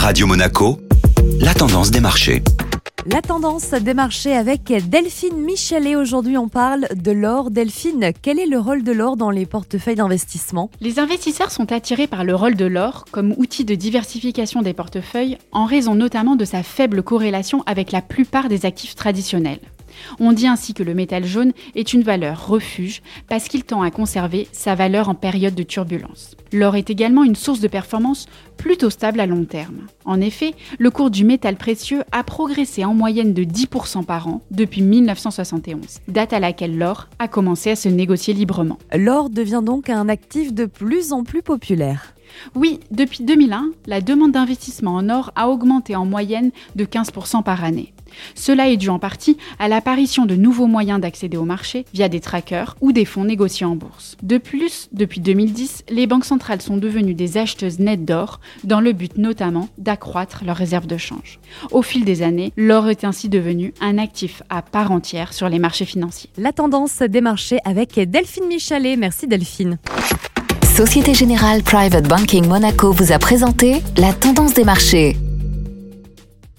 Radio Monaco, la tendance des marchés. La tendance des marchés avec Delphine Michalet. Aujourd'hui, on parle de l'or. Delphine, quel est le rôle de l'or dans les portefeuilles d'investissement ? Les investisseurs sont attirés par le rôle de l'or comme outil de diversification des portefeuilles en raison notamment de sa faible corrélation avec la plupart des actifs traditionnels. On dit ainsi que le métal jaune est une valeur refuge parce qu'il tend à conserver sa valeur en période de turbulence. L'or est également une source de performance plutôt stable à long terme. En effet, le cours du métal précieux a progressé en moyenne de 10% par an depuis 1971, date à laquelle l'or a commencé à se négocier librement. L'or devient donc un actif de plus en plus populaire. Oui, depuis 2001, la demande d'investissement en or a augmenté en moyenne de 15% par année. Cela est dû en partie à l'apparition de nouveaux moyens d'accéder au marché via des trackers ou des fonds négociés en bourse. De plus, depuis 2010, les banques centrales sont devenues des acheteuses nettes d'or dans le but notamment d'accroître leurs réserves de change. Au fil des années, l'or est ainsi devenu un actif à part entière sur les marchés financiers. La tendance des marchés avec Delphine Michalet. Merci Delphine. Société Générale Private Banking Monaco vous a présenté la tendance des marchés.